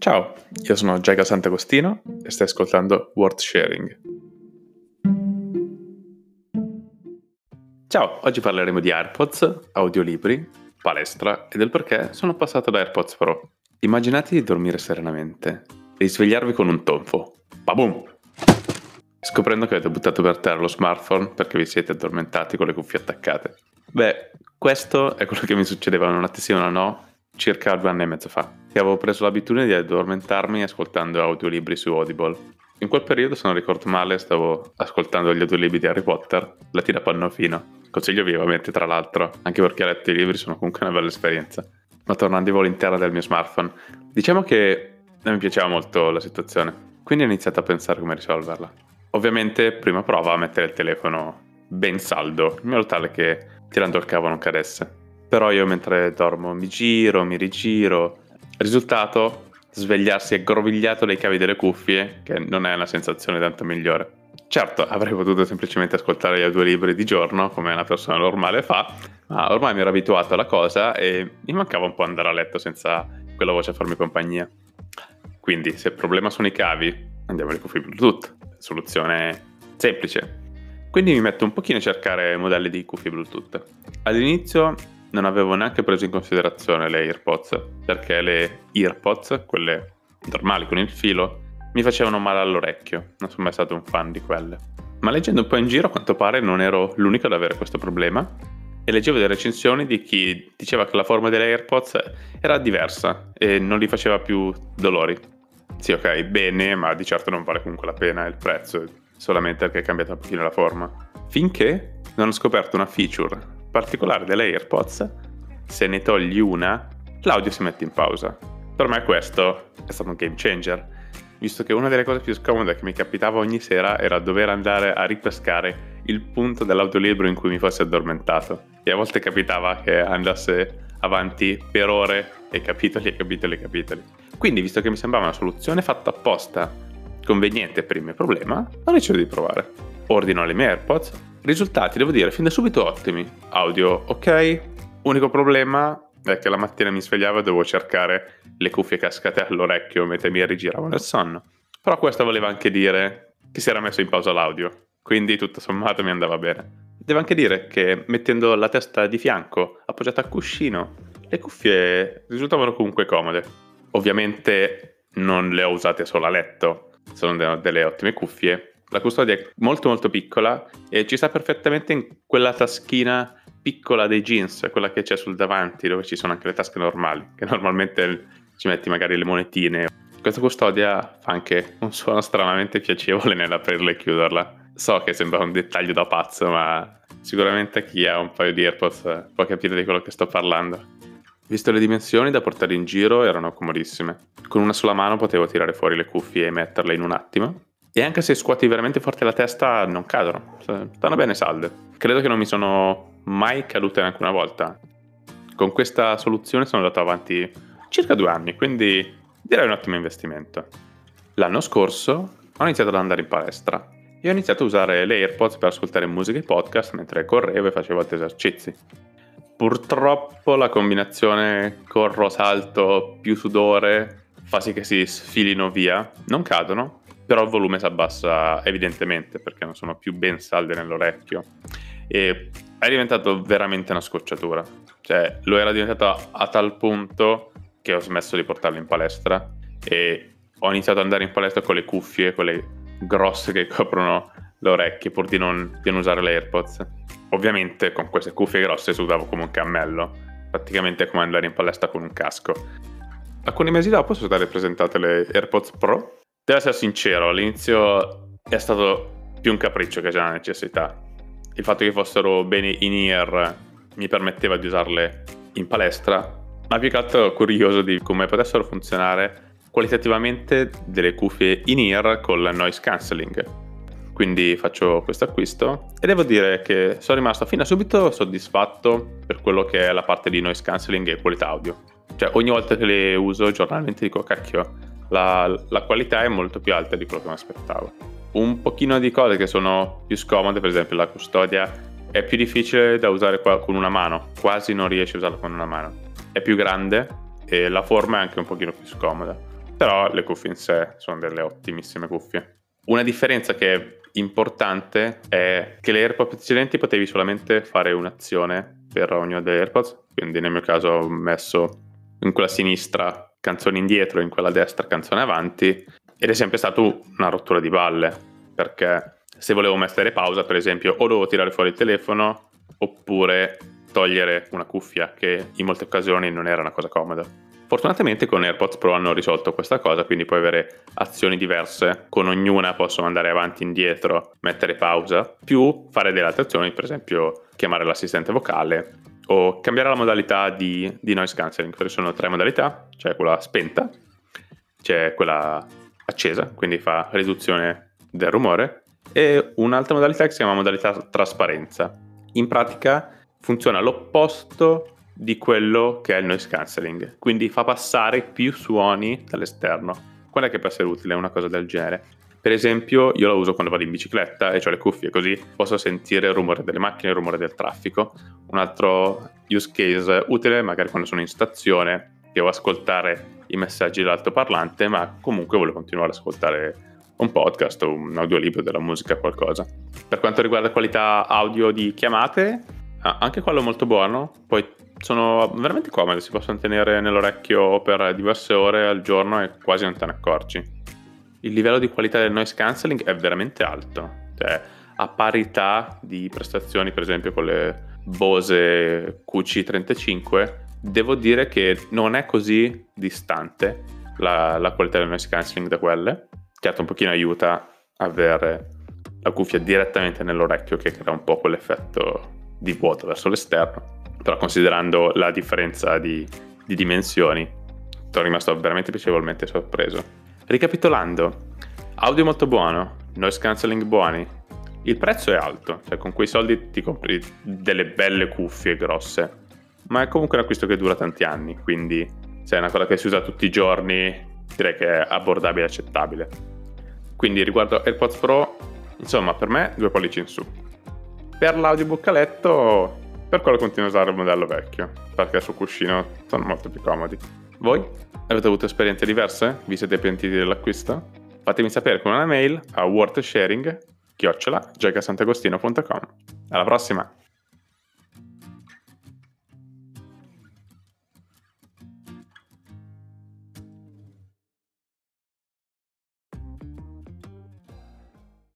Ciao, io sono Giacomo Sant'Agostino e stai ascoltando World Sharing. Ciao, oggi parleremo di AirPods, audiolibri, palestra e del perché sono passato da AirPods Pro. Immaginate di dormire serenamente e di svegliarvi con un tonfo. Baboom! Scoprendo che avete buttato per terra lo smartphone perché vi siete addormentati con le cuffie attaccate. Beh, questo è quello che mi succedeva non sì o no circa 2 anni e mezzo fa, che avevo preso l'abitudine di addormentarmi ascoltando audiolibri su Audible. In quel periodo, se non ricordo male, stavo ascoltando gli audiolibri di Harry Potter, La tira Pannofino. Consiglio vivamente, tra l'altro, anche perché ho letto i libri, sono comunque una bella esperienza. Ma tornando all'interno del mio smartphone, diciamo che non mi piaceva molto la situazione, quindi ho iniziato a pensare come risolverla. Ovviamente, prima prova a mettere il telefono ben saldo, in modo tale che tirando il cavo non cadesse. Però io mentre dormo mi giro, mi rigiro. Risultato, svegliarsi aggrovigliato dai cavi delle cuffie, che non è una sensazione tanto migliore. Certo, avrei potuto semplicemente ascoltare gli audiolibri di giorno, come una persona normale fa, ma ormai mi ero abituato alla cosa e mi mancava un po' andare a letto senza quella voce a farmi compagnia. Quindi, se il problema sono i cavi, andiamo alle cuffie Bluetooth. Soluzione semplice. Quindi mi metto un pochino a cercare modelli di cuffie Bluetooth. All'inizio non avevo neanche preso in considerazione le AirPods, perché le AirPods, quelle normali con il filo, mi facevano male all'orecchio. Non sono mai stato un fan di quelle. Ma leggendo un po' in giro, a quanto pare non ero l'unico ad avere questo problema, e leggevo delle recensioni di chi diceva che la forma delle AirPods era diversa e non gli faceva più dolori. Sì, ok, bene, ma di certo non vale comunque la pena il prezzo, solamente perché è cambiata un pochino la forma. Finché non ho scoperto una feature particolare delle AirPods: se ne togli una, l'audio si mette in pausa. Per me questo è stato un game changer, visto che una delle cose più scomode che mi capitava ogni sera era dover andare a ripescare il punto dell'audiolibro in cui mi fossi addormentato. E a volte capitava che andasse avanti per ore e capitoli e capitoli e capitoli. Quindi, visto che mi sembrava una soluzione fatta apposta, conveniente per il mio problema, ho deciso di provare. Ordino le mie AirPods, risultati devo dire fin da subito ottimi. Audio ok, unico problema è che la mattina mi svegliavo e dovevo cercare le cuffie cascate all'orecchio mentre mi rigiravo nel sonno. Però questo voleva anche dire che si era messo in pausa l'audio, quindi tutto sommato mi andava bene. Devo anche dire che mettendo la testa di fianco, appoggiata al cuscino, le cuffie risultavano comunque comode. Ovviamente non le ho usate solo a letto, sono delle ottime cuffie. La custodia è molto molto piccola e ci sta perfettamente in quella taschina piccola dei jeans, quella che c'è sul davanti, dove ci sono anche le tasche normali, che normalmente ci metti magari le monetine. Questa custodia fa anche un suono stranamente piacevole nell'aprirla e chiuderla. So che sembra un dettaglio da pazzo, ma sicuramente chi ha un paio di AirPods può capire di quello che sto parlando. Visto le dimensioni da portare in giro, erano comodissime. Con una sola mano potevo tirare fuori le cuffie e metterle in un attimo. E anche se scuoti veramente forte la testa, non cadono. Stanno bene salde. Credo che non mi sono mai cadute neanche una volta. Con questa soluzione sono andato avanti circa 2 anni, quindi direi un ottimo investimento. L'anno scorso ho iniziato ad andare in palestra e ho iniziato a usare le AirPods per ascoltare musica e podcast mentre correvo e facevo altri esercizi. Purtroppo la combinazione corro, salto, più sudore fa sì che si sfilino via, non cadono, però il volume si abbassa evidentemente perché non sono più ben salde nell'orecchio e è diventato veramente una scocciatura. Cioè, lo era diventato a tal punto che ho smesso di portarlo in palestra e ho iniziato ad andare in palestra con le cuffie, quelle grosse che coprono le orecchie, pur di non usare le AirPods. Ovviamente con queste cuffie grosse sudavo come un cammello, praticamente come andare in palestra con un casco. Alcuni mesi dopo sono state presentate le AirPods Pro. Devo essere sincero, all'inizio è stato più un capriccio che già una necessità. Il fatto che fossero bene in-ear mi permetteva di usarle in palestra, ma più che altro curioso di come potessero funzionare qualitativamente delle cuffie in-ear con il noise cancelling. Quindi faccio questo acquisto e devo dire che sono rimasto fin da subito soddisfatto per quello che è la parte di noise cancelling e qualità audio. Cioè, ogni volta che le uso giornalmente dico cacchio, la qualità è molto più alta di quello che mi aspettavo. Un pochino di cose che sono più scomode, per esempio la custodia è più difficile da usare con una mano, quasi non riesci a usarla con una mano. È più grande e la forma è anche un pochino più scomoda. però le cuffie in sé sono delle ottimissime cuffie. Una differenza che è importante è che le AirPods precedenti potevi solamente fare un'azione per ognuno delle AirPods, quindi nel mio caso ho messo in quella sinistra canzone indietro, in quella destra canzone avanti, ed è sempre stato una rottura di balle, perché se volevo mettere pausa, per esempio, o dovevo tirare fuori il telefono oppure togliere una cuffia, che in molte occasioni non era una cosa comoda. Fortunatamente con AirPods Pro hanno risolto questa cosa, quindi puoi avere azioni diverse, con ognuna posso andare avanti e indietro, mettere pausa, più fare delle altre azioni, per esempio chiamare l'assistente vocale o cambiare la modalità di noise cancelling, perché sono 3 modalità, c'è quella spenta, c'è quella accesa, quindi fa riduzione del rumore, e un'altra modalità che si chiama modalità trasparenza. In pratica funziona all'opposto di quello che è il noise cancelling, quindi fa passare più suoni dall'esterno. Quando è che può essere utile una cosa del genere? Per esempio, io la uso quando vado in bicicletta e ho le cuffie, così posso sentire il rumore delle macchine, il rumore del traffico. Un altro use case utile, magari quando sono in stazione, devo ascoltare i messaggi dell'altoparlante, ma comunque voglio continuare ad ascoltare un podcast o un audiolibro della musica, qualcosa. Per quanto riguarda qualità audio di chiamate, anche quello molto buono, poi sono veramente comode, si possono tenere nell'orecchio per diverse ore al giorno e quasi non te ne accorgi. Il livello di qualità del noise cancelling è veramente alto, cioè a parità di prestazioni, per esempio con le Bose QC35, devo dire che non è così distante la qualità del noise cancelling da quelle. Certo, un pochino aiuta avere la cuffia direttamente nell'orecchio, che crea un po' quell'effetto di vuoto verso l'esterno, però considerando la differenza di dimensioni sono rimasto veramente piacevolmente sorpreso. Ricapitolando, audio molto buono, noise cancelling buoni, il prezzo è alto, cioè con quei soldi ti compri delle belle cuffie grosse, ma è comunque un acquisto che dura tanti anni, quindi se è una cosa che si usa tutti i giorni direi che è abbordabile e accettabile. Quindi riguardo AirPods Pro, insomma, per me 2 pollici in su. Per l'audiobook a letto, per quello continuo a usare il modello vecchio, perché sul cuscino sono molto più comodi. Voi? Avete avuto esperienze diverse? Vi siete pentiti dell'acquisto? Fatemi sapere con una mail a worthsharing@giacasantagostino.com. Alla prossima!